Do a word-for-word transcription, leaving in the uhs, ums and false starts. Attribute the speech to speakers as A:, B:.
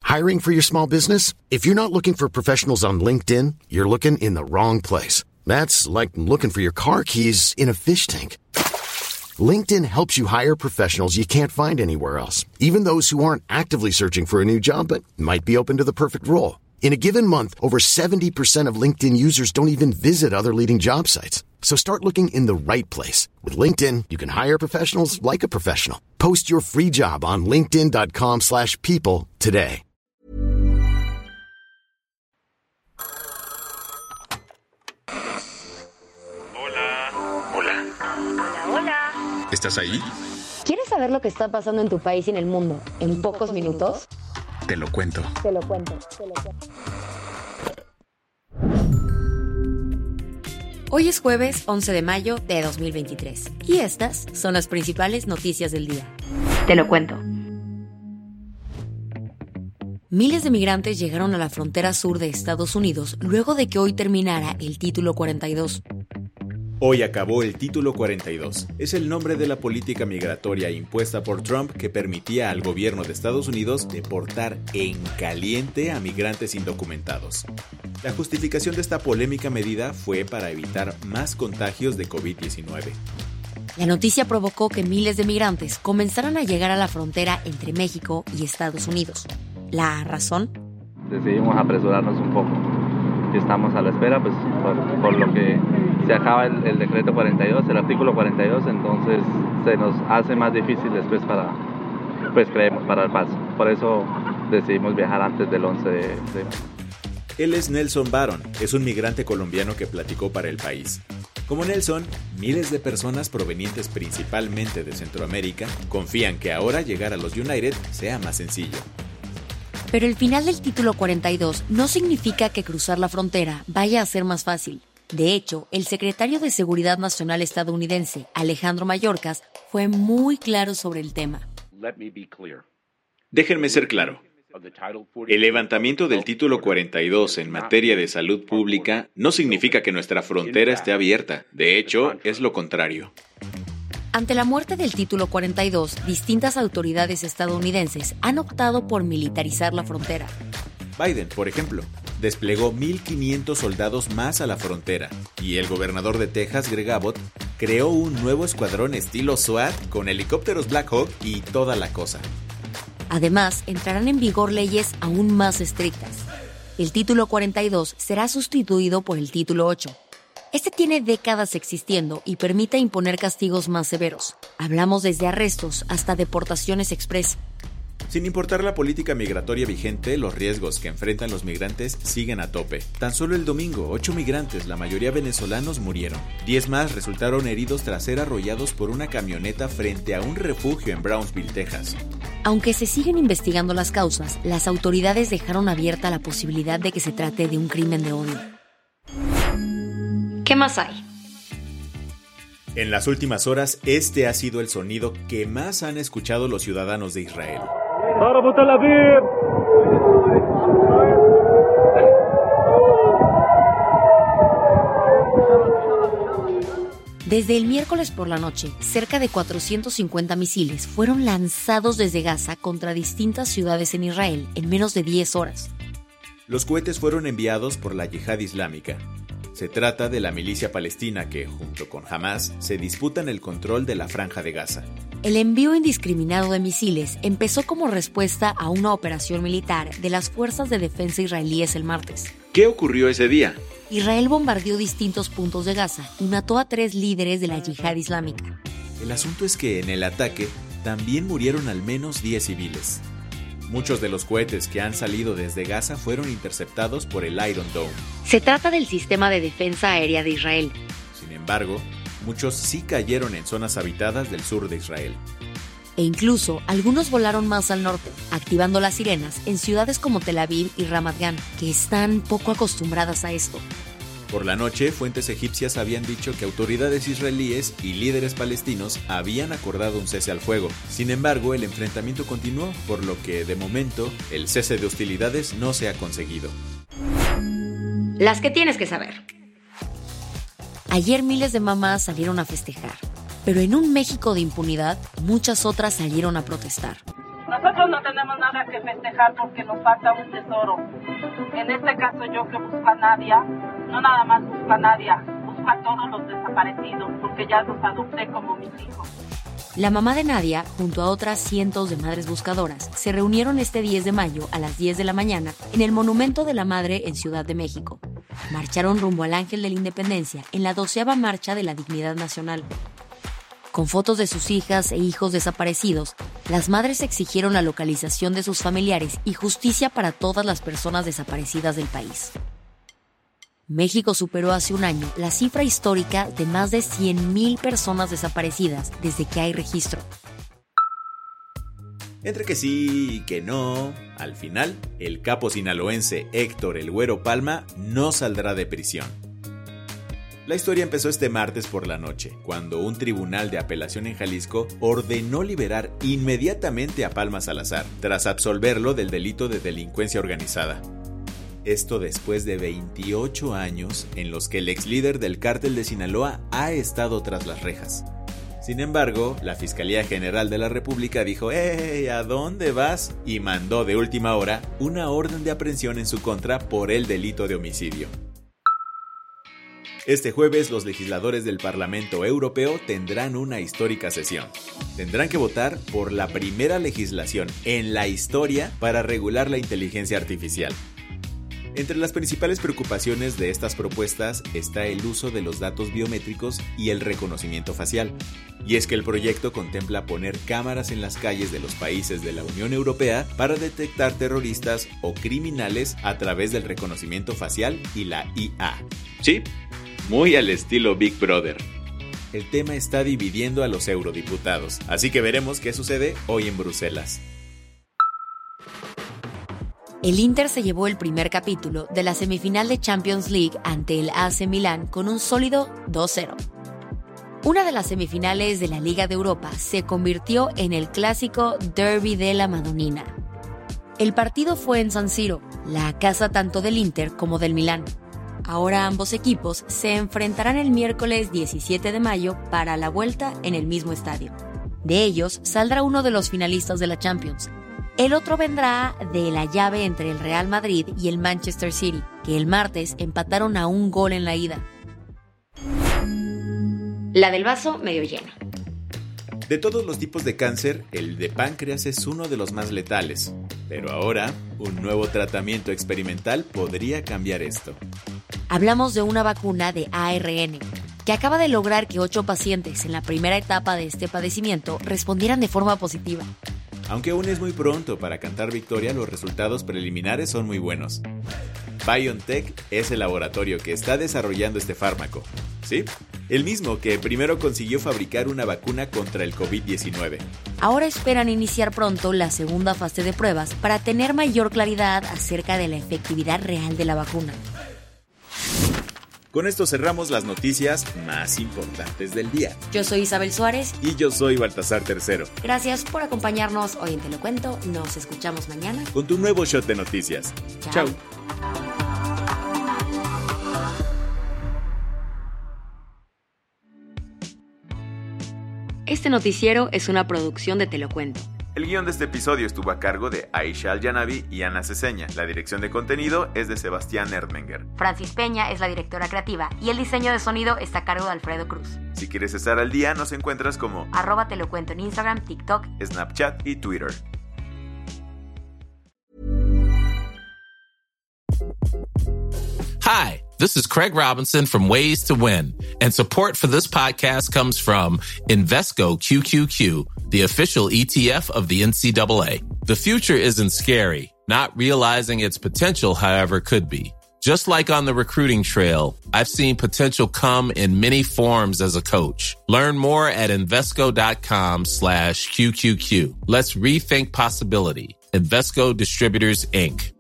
A: Hiring for your small business? If you're not looking for professionals on LinkedIn, you're looking in the wrong place. That's like looking for your car keys in a fish tank. LinkedIn helps you hire professionals you can't find anywhere else, even those who aren't actively searching for a new job but might be open to the perfect role. In a given month, over seventy percent of LinkedIn users don't even visit other leading job sites. So start looking in the right place. With LinkedIn, you can hire professionals like a professional. Post your free job on linkedin.com slash people today.
B: Hola. Hola.
C: Hola, hola.
B: ¿Estás ahí?
C: ¿Quieres saber lo que está pasando en tu país y en el mundo en, en pocos minutos?
B: Te lo cuento.
C: Te lo cuento, te lo cuento.
D: Hoy es jueves once de mayo de dos mil veintitrés y estas son las principales noticias del día.
C: Te lo cuento.
D: Miles de migrantes llegaron a la frontera sur de Estados Unidos luego de que hoy terminara el Título cuarenta y dos.
E: Hoy acabó el Título cuarenta y dos. Es el nombre de la política migratoria impuesta por Trump que permitía al gobierno de Estados Unidos deportar en caliente a migrantes indocumentados. La justificación de esta polémica medida fue para evitar más contagios de covid diecinueve.
D: La noticia provocó que miles de migrantes comenzaran a llegar a la frontera entre México y Estados Unidos. ¿La razón?
F: Decidimos apresurarnos un poco y estamos a la espera, pues por, por lo que se acaba el, el decreto cuarenta y dos, el artículo cuarenta y dos, entonces se nos hace más difícil después para, pues creemos, para el paso. Por eso decidimos viajar antes del once de mayo.
E: Él es Nelson Baron, es un migrante colombiano que platicó para El País. Como Nelson, miles de personas provenientes principalmente de Centroamérica confían que ahora llegar a los United sea más sencillo.
D: Pero el final del Título cuarenta y dos no significa que cruzar la frontera vaya a ser más fácil. De hecho, el secretario de Seguridad Nacional estadounidense, Alejandro Mayorkas, fue muy claro sobre el tema.
E: Déjenme ser claro. El levantamiento del Título cuarenta y dos en materia de salud pública no significa que nuestra frontera esté abierta. De hecho, es lo contrario.
D: Ante la muerte del Título cuarenta y dos, distintas autoridades estadounidenses han optado por militarizar la frontera.
E: Biden, por ejemplo, desplegó mil quinientos soldados más a la frontera y el gobernador de Texas, Greg Abbott, creó un nuevo escuadrón estilo SWAT con helicópteros Black Hawk y toda la cosa.
D: Además, entrarán en vigor leyes aún más estrictas. El Título cuarenta y dos será sustituido por el Título ocho. Este tiene décadas existiendo y permite imponer castigos más severos. Hablamos desde arrestos hasta deportaciones express.
E: Sin importar la política migratoria vigente, los riesgos que enfrentan los migrantes siguen a tope. Tan solo el domingo, ocho migrantes, la mayoría venezolanos, murieron. Diez más resultaron heridos tras ser arrollados por una camioneta frente a un refugio en Brownsville, Texas.
D: Aunque se siguen investigando las causas, las autoridades dejaron abierta la posibilidad de que se trate de un crimen de odio. ¿Qué más hay?
E: En las últimas horas, este ha sido el sonido que más han escuchado los ciudadanos de Israel.
D: Desde el miércoles por la noche, cerca de cuatrocientos cincuenta misiles fueron lanzados desde Gaza contra distintas ciudades en Israel en menos de diez horas.
E: Los cohetes fueron enviados por la Yihad Islámica. Se trata de la milicia palestina que, junto con Hamas, se disputan el control de la Franja de Gaza.
D: El envío indiscriminado de misiles empezó como respuesta a una operación militar de las fuerzas de defensa israelíes el martes.
E: ¿Qué ocurrió ese día?
D: Israel bombardeó distintos puntos de Gaza y mató a tres líderes de la Yihad Islámica.
E: El asunto es que en el ataque también murieron al menos diez civiles. Muchos de los cohetes que han salido desde Gaza fueron interceptados por el Iron Dome.
D: Se trata del sistema de defensa aérea de Israel.
E: Sin embargo, muchos sí cayeron en zonas habitadas del sur de Israel.
D: E incluso algunos volaron más al norte, activando las sirenas en ciudades como Tel Aviv y Ramat Gan, que están poco acostumbradas a esto.
E: Por la noche, fuentes egipcias habían dicho que autoridades israelíes y líderes palestinos habían acordado un cese al fuego. Sin embargo, el enfrentamiento continuó, por lo que, de momento, el cese de hostilidades no se ha conseguido.
D: Las que tienes que saber. Ayer miles de mamás salieron a festejar, pero en un México de impunidad, muchas otras salieron a protestar.
G: nosotros no tenemos nada que festejar porque nos falta un tesoro. En este caso yo que busco a Nadia, no nada más busco a Nadia, busco a todos los desaparecidos porque ya los adopté como mis hijos.
D: La mamá de Nadia, junto a otras cientos de madres buscadoras, se reunieron este diez de mayo a las diez de la mañana en el Monumento de la Madre en Ciudad de México. Marcharon rumbo al Ángel de la Independencia en la doceava Marcha de la Dignidad Nacional. Con fotos de sus hijas e hijos desaparecidos, las madres exigieron la localización de sus familiares y justicia para todas las personas desaparecidas del país. México superó hace un año la cifra histórica de más de cien mil personas desaparecidas desde que hay registro.
E: Entre que sí y que no, al final, el capo sinaloense Héctor El Güero Palma no saldrá de prisión. La historia empezó este martes por la noche, cuando un tribunal de apelación en Jalisco ordenó liberar inmediatamente a Palma Salazar, tras absolverlo del delito de delincuencia organizada. Esto después de veintiocho años en los que el ex líder del cártel de Sinaloa ha estado tras las rejas. Sin embargo, la Fiscalía General de la República dijo ¡Ey! ¿A dónde vas? Y mandó de última hora una orden de aprehensión en su contra por el delito de homicidio. Este jueves, los legisladores del Parlamento Europeo tendrán una histórica sesión. Tendrán que votar por la primera legislación en la historia para regular la inteligencia artificial. Entre las principales preocupaciones de estas propuestas está el uso de los datos biométricos y el reconocimiento facial. Y es que el proyecto contempla poner cámaras en las calles de los países de la Unión Europea para detectar terroristas o criminales a través del reconocimiento facial y la I A. Sí, muy al estilo Big Brother. El tema está dividiendo a los eurodiputados, así que veremos qué sucede hoy en Bruselas.
D: El Inter se llevó el primer capítulo de la semifinal de Champions League ante el A C Milán con un sólido dos cero. Una de las semifinales de la Liga de Europa se convirtió en el clásico Derby de la Madonnina. El partido fue en San Siro, la casa tanto del Inter como del Milán. Ahora ambos equipos se enfrentarán el miércoles diecisiete de mayo para la vuelta en el mismo estadio. De ellos saldrá uno de los finalistas de la Champions. El otro vendrá de la llave entre el Real Madrid y el Manchester City, que el martes empataron a un gol en la ida.
C: La del vaso medio lleno.
E: De todos los tipos de cáncer, el de páncreas es uno de los más letales. Pero ahora, un nuevo tratamiento experimental podría cambiar esto.
D: Hablamos de una vacuna de A R N, que acaba de lograr que ocho pacientes en la primera etapa de este padecimiento respondieran de forma positiva.
E: Aunque aún es muy pronto para cantar victoria, los resultados preliminares son muy buenos. BioNTech es el laboratorio que está desarrollando este fármaco, ¿sí? El mismo que primero consiguió fabricar una vacuna contra el covid diecinueve.
D: Ahora esperan iniciar pronto la segunda fase de pruebas para tener mayor claridad acerca de la efectividad real de la vacuna.
E: Con esto cerramos las noticias más importantes del día.
D: Yo soy Isabel Suárez.
E: Y yo soy Baltasar Tercero.
D: Gracias por acompañarnos hoy en Te lo Cuento. Nos escuchamos mañana
E: con tu nuevo shot de noticias. Chao. Chao.
D: Este noticiero es una producción de Te lo Cuento.
E: El guión de este episodio estuvo a cargo de Aisha Al-Janabi y Ana Ceseña. La dirección de contenido es de Sebastián Erdmenger.
D: Francis Peña es la directora creativa y el diseño de sonido está a cargo de Alfredo Cruz.
E: Si quieres estar al día, nos encuentras como
D: arroba Te lo Cuento en Instagram, TikTok,
E: Snapchat y Twitter.
H: Hi, this is Craig Robinson from Ways to Win, and support for this podcast comes from Invesco Q Q Q, the official E T F of the N C double A. The future isn't scary. Not realizing its potential, however, could be. Just like on the recruiting trail, I've seen potential come in many forms as a coach. Learn more at Invesco.com slash QQQ. Let's rethink possibility. Invesco Distributors, Incorporated.